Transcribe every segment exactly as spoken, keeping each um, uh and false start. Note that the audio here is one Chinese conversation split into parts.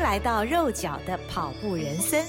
来到肉脚的跑步人生。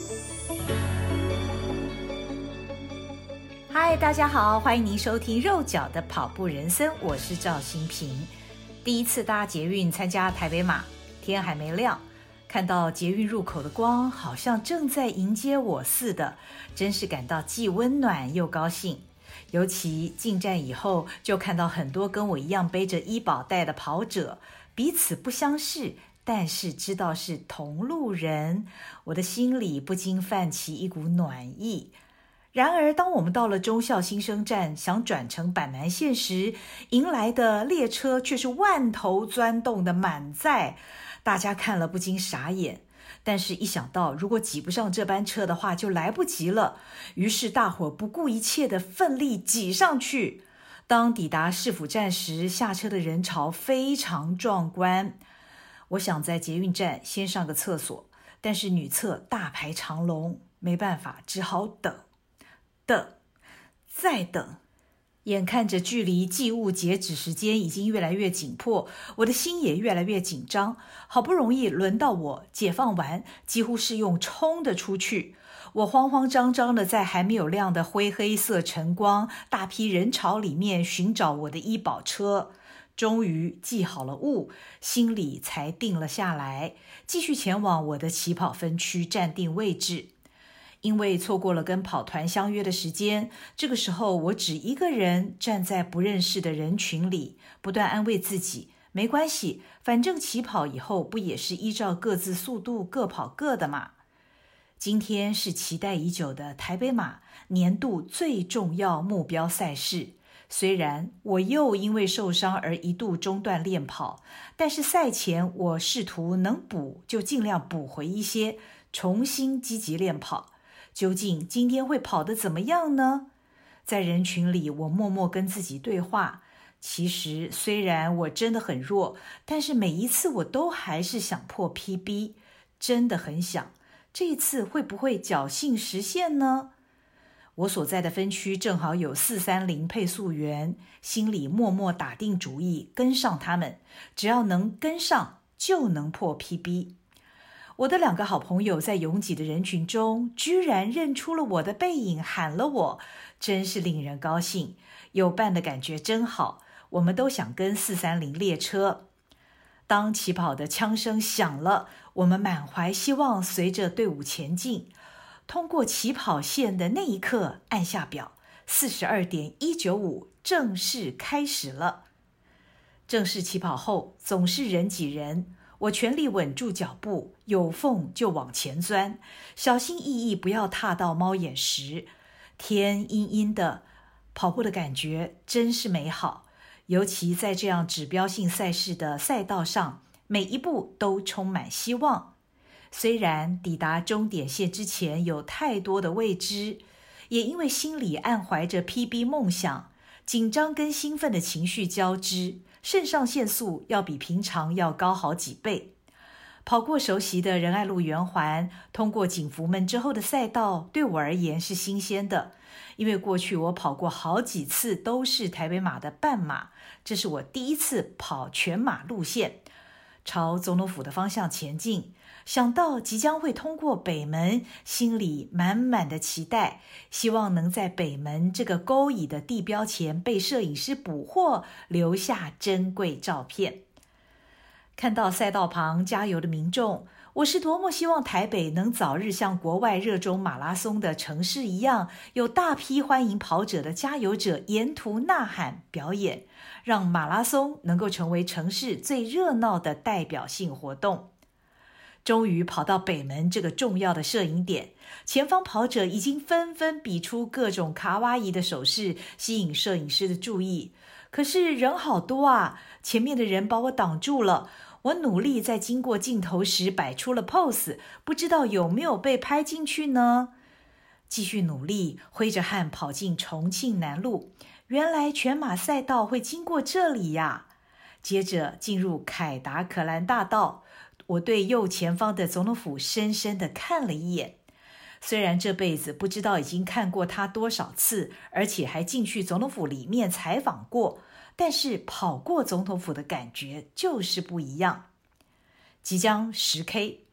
嗨，大家好，欢迎您收听肉脚的跑步人生，我是赵心屏。第一次搭捷运参加台北马，天还没亮，看到捷运入口的光好像正在迎接我似的，真是感到既温暖又高兴。尤其进站以后，就看到很多跟我一样背着医保袋的跑者，彼此不相识，但是知道是同路人，我的心里不禁泛起一股暖意。然而当我们到了忠孝新生站，想转乘板南线时，迎来的列车却是万头钻动的满载，大家看了不禁傻眼。但是一想到如果挤不上这班车的话就来不及了，于是大伙不顾一切的奋力挤上去。当抵达市府站时，下车的人潮非常壮观。我想在捷运站先上个厕所，但是女厕大排长龙，没办法，只好等等再等。眼看着距离寄物截止时间已经越来越紧迫，我的心也越来越紧张。好不容易轮到我解放完，几乎是用冲的出去。我慌慌张张的在还没有亮的灰黑色晨光、大批人潮里面寻找我的医保车。终于记好了物，心里才定了下来，继续前往我的起跑分区站定位置。因为错过了跟跑团相约的时间，这个时候我只一个人站在不认识的人群里，不断安慰自己，没关系，反正起跑以后不也是依照各自速度各跑各的嘛。今天是期待已久的台北马年度最重要目标赛事，虽然我又因为受伤而一度中断练跑，但是赛前我试图能补就尽量补回一些，重新积极练跑。究竟今天会跑得怎么样呢？在人群里，我默默跟自己对话。其实虽然我真的很弱，但是每一次我都还是想破 P B， 真的很想。这一次会不会侥幸实现呢？我所在的分区正好有四三零配速员，心里默默打定主意跟上他们，只要能跟上就能破 P B。我的两个好朋友在拥挤的人群中居然认出了我的背影，喊了我，真是令人高兴，有伴的感觉真好，我们都想跟四三零列车。当起跑的枪声响了，我们满怀希望随着队伍前进，通过起跑线的那一刻按下表， 四十二点一九五正式开始了。正式起跑后总是人挤人，我全力稳住脚步，有缝就往前钻，小心翼翼不要踏到猫眼石。天阴阴的，跑步的感觉真是美好，尤其在这样指标性赛事的赛道上，每一步都充满希望。虽然抵达终点线之前有太多的未知，也因为心里暗怀着 P B 梦想，紧张跟兴奋的情绪交织，肾上腺素要比平常要高好几倍。跑过熟悉的仁爱路圆环，通过警服门之后的赛道，对我而言是新鲜的，因为过去我跑过好几次都是台北马的半马，这是我第一次跑全马路线，朝总统府的方向前进。想到即将会通过北门，心里满满的期待，希望能在北门这个勾引的地标前被摄影师捕获，留下珍贵照片。看到赛道旁加油的民众，我是多么希望台北能早日像国外热衷马拉松的城市一样，有大批欢迎跑者的加油者沿途呐喊表演，让马拉松能够成为城市最热闹的代表性活动。终于跑到北门这个重要的摄影点，前方跑者已经纷纷比出各种卡哇伊的手势，吸引摄影师的注意。可是人好多啊，前面的人把我挡住了。我努力在经过镜头时摆出了 pose， 不知道有没有被拍进去呢？继续努力，挥着汗跑进重庆南路，原来全马赛道会经过这里呀。接着进入凯达格兰大道，我对右前方的总统府深深地看了一眼。虽然这辈子不知道已经看过他多少次，而且还进去总统府里面采访过，但是跑过总统府的感觉就是不一样。即将 十 K，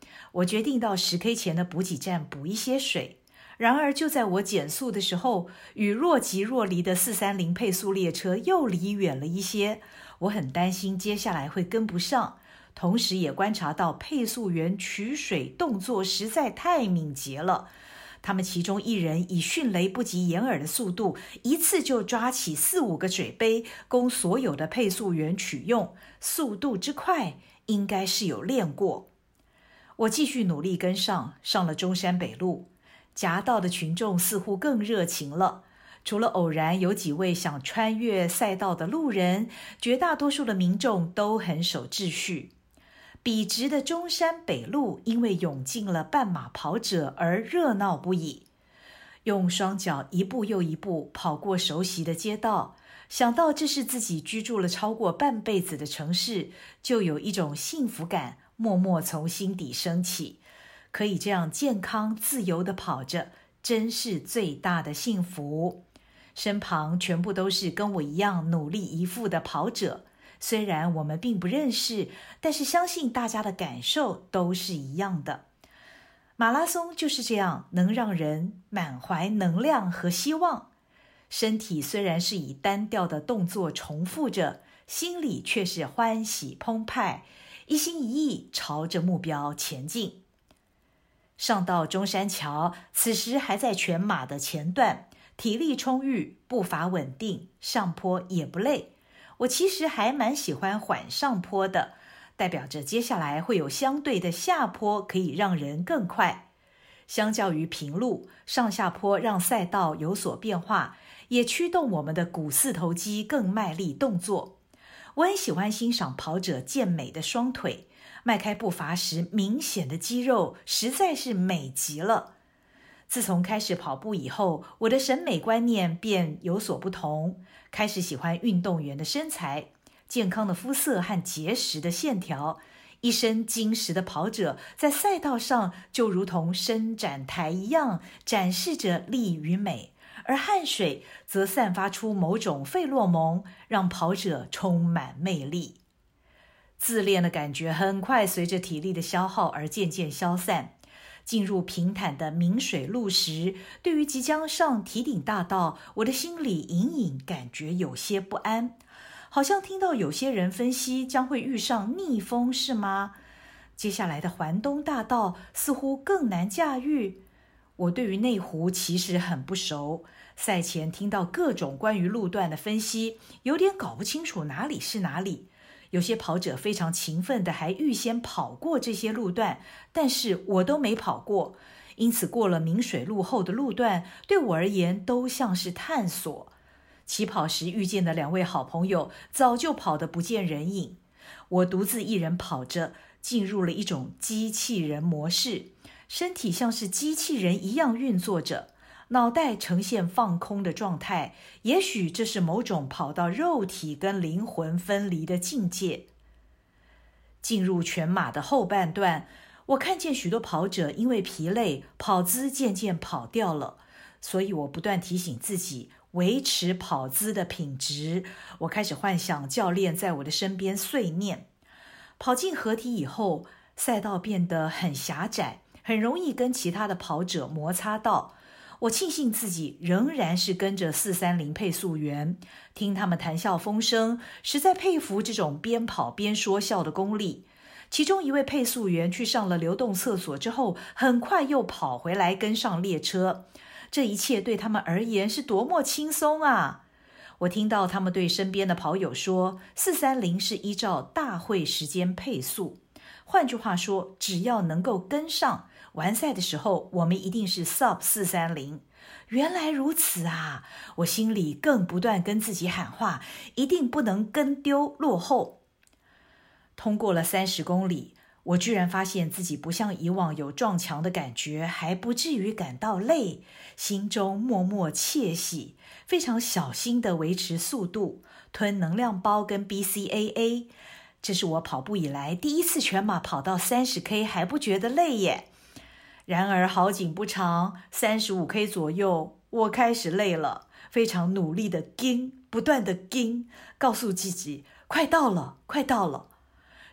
我决定到十 K 前的补给站补一些水。然而就在我减速的时候，与若即若离的四三零配速列车又离远了一些，我很担心接下来会跟不上，同时也观察到配速员取水动作实在太敏捷了。他们其中一人以迅雷不及掩耳的速度，一次就抓起四五个水杯，供所有的配速员取用，速度之快，应该是有练过。我继续努力跟上，上了中山北路，夹道的群众似乎更热情了。除了偶然有几位想穿越赛道的路人，绝大多数的民众都很守秩序。笔直的中山北路因为涌进了半马跑者而热闹不已。用双脚一步又一步跑过熟悉的街道，想到这是自己居住了超过半辈子的城市，就有一种幸福感默默从心底升起。可以这样健康自由地跑着，真是最大的幸福。身旁全部都是跟我一样努力以赴的跑者，虽然我们并不认识，但是相信大家的感受都是一样的。马拉松就是这样，能让人满怀能量和希望。身体虽然是以单调的动作重复着，心里却是欢喜澎湃，一心一意朝着目标前进。上到中山桥，此时还在全马的前段，体力充裕，步伐稳定，上坡也不累。我其实还蛮喜欢缓上坡的，代表着接下来会有相对的下坡可以让人更快。相较于平路，上下坡让赛道有所变化，也驱动我们的股四头肌更卖力动作。我很喜欢欣赏跑者健美的双腿，迈开步伐时明显的肌肉实在是美极了。自从开始跑步以后，我的审美观念便有所不同，开始喜欢运动员的身材，健康的肤色和结实的线条。一身精实的跑者在赛道上就如同伸展台一样，展示着力与美，而汗水则散发出某种费洛蒙，让跑者充满魅力。自恋的感觉很快随着体力的消耗而渐渐消散。进入平坦的明水路时，对于即将上提顶大道，我的心里隐隐感觉有些不安，好像听到有些人分析将会遇上逆风，是吗？接下来的环东大道似乎更难驾驭。我对于内湖其实很不熟，赛前听到各种关于路段的分析，有点搞不清楚哪里是哪里。有些跑者非常勤奋的还预先跑过这些路段，但是我都没跑过，因此过了明水路后的路段对我而言都像是探索。起跑时遇见的两位好朋友早就跑得不见人影，我独自一人跑着，进入了一种机器人模式，身体像是机器人一样运作着，脑袋呈现放空的状态，也许这是某种跑到肉体跟灵魂分离的境界。进入全马的后半段，我看见许多跑者因为疲累，跑姿渐渐跑掉了，所以我不断提醒自己维持跑姿的品质。我开始幻想教练在我的身边碎念。跑进河堤以后，赛道变得很狭窄，很容易跟其他的跑者摩擦到。我庆幸自己仍然是跟着四三零配速员，听他们谈笑风生，实在佩服这种边跑边说笑的功力。其中一位配速员去上了流动厕所之后，很快又跑回来跟上列车。这一切对他们而言是多么轻松啊！我听到他们对身边的跑友说，四三零是依照大会时间配速，换句话说，只要能够跟上，完赛的时候我们一定是 sub 四三零。原来如此啊！我心里更不断跟自己喊话，一定不能跟丢落后。通过了三十公里，我居然发现自己不像以往有撞墙的感觉，还不至于感到累，心中默默窃喜，非常小心地维持速度，吞能量包跟 B C A A。 这是我跑步以来第一次全马跑到 三十 K 还不觉得累耶。然而好景不长， 三十五 K 左右我开始累了，非常努力的盯，不断的盯，告诉自己快到了快到了。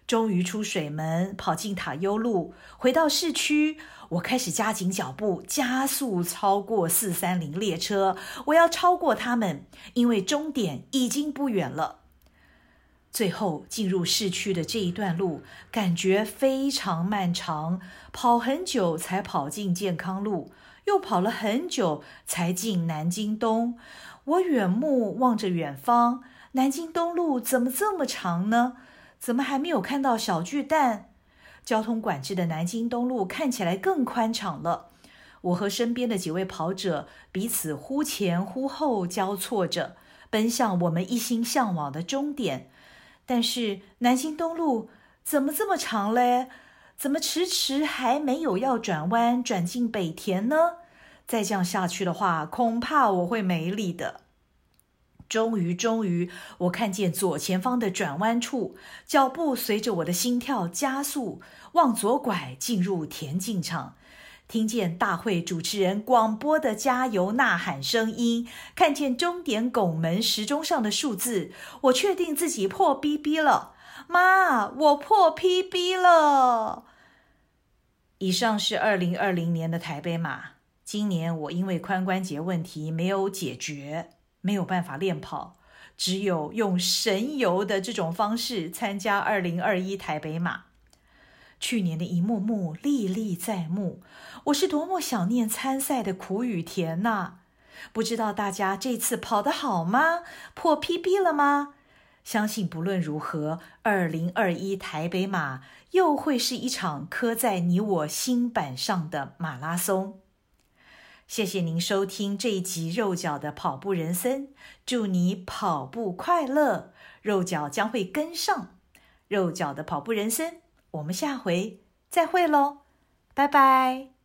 终于出水门，跑进塔悠路，回到市区，我开始加紧脚步，加速超过四三零列车，我要超过他们，因为终点已经不远了。最后进入市区的这一段路，感觉非常漫长，跑很久才跑进健康路，又跑了很久才进南京东。我远目望着远方，南京东路怎么这么长呢？怎么还没有看到小巨蛋？交通管制的南京东路看起来更宽敞了。我和身边的几位跑者彼此忽前忽后交错着，奔向我们一心向往的终点。但是南京东路怎么这么长嘞？怎么迟迟还没有要转弯转进北田呢？再这样下去的话，恐怕我会没力的。终于终于我看见左前方的转弯处，脚步随着我的心跳加速，往左拐进入田径场，听见大会主持人广播的加油呐喊声音，看见终点拱门时钟上的数字，我确定自己破 B B 了。妈，我破 P B 了。以上是二零二零年的台北马。今年我因为髋关节问题没有解决，没有办法练跑，只有用神游的这种方式参加二零二一台北马。去年的一幕幕历历在目，我是多么想念参赛的苦与甜呐！不知道大家这次跑得好吗？破 P B 了吗？相信不论如何，二零二一台北马又会是一场刻在你我心板上的马拉松。谢谢您收听这一集肉脚的跑步人生，祝你跑步快乐，肉脚将会跟上。肉脚的跑步人生，我们下回再会咯，拜拜。